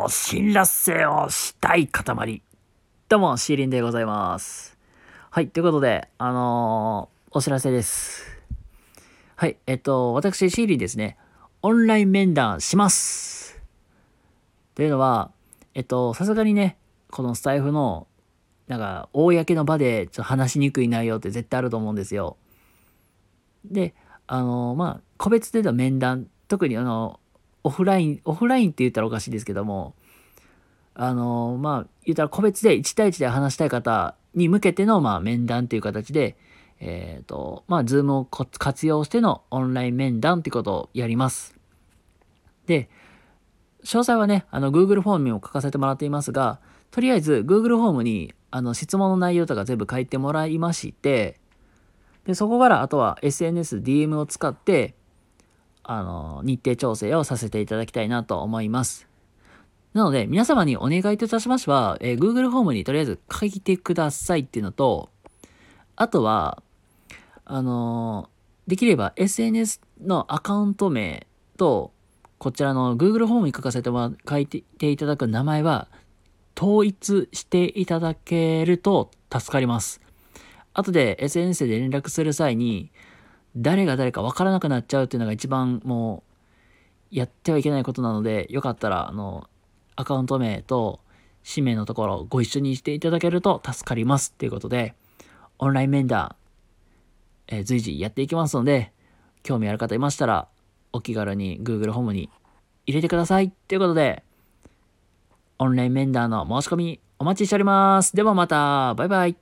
と辛辣性をしたい塊。どうも、シーリンでございます。はい、ということで、お知らせです。はい、私、シーリンですね、オンライン面談します。というのは、さすがにね、このスタイフの、公の場でちょっと話しにくい内容って絶対あると思うんですよ。で、個別での面談、特にオフラインって言ったらおかしいですけども、言ったら個別で1対1で話したい方に向けての、面談という形で、ズームを活用してのオンライン面談ということをやります。で、詳細はね、Google フォームにも書かせてもらっていますが、とりあえず Google フォームに質問の内容とか全部書いてもらいまして、で、そこからあとは SNS、DM を使って、日程調整をさせていただきたいなと思います。なので、皆様にお願いといたしましては、Google フォームにとりあえず書いてくださいっていうのと、あとは、できれば SNS のアカウント名と、こちらの Google フォームに書いていただく名前は、統一していただけると助かります。後で SNS で連絡する際に、誰が誰か分からなくなっちゃうっていうのが一番もう、やってはいけないことなので、よかったら、アカウント名と氏名のところをご一緒にしていただけると助かりますっていうことで、オンライン面談、随時やっていきますので、興味ある方いましたら、お気軽に Google ホームに入れてくださいということで、オンライン面談の申し込みお待ちしております。ではまた、バイバイ。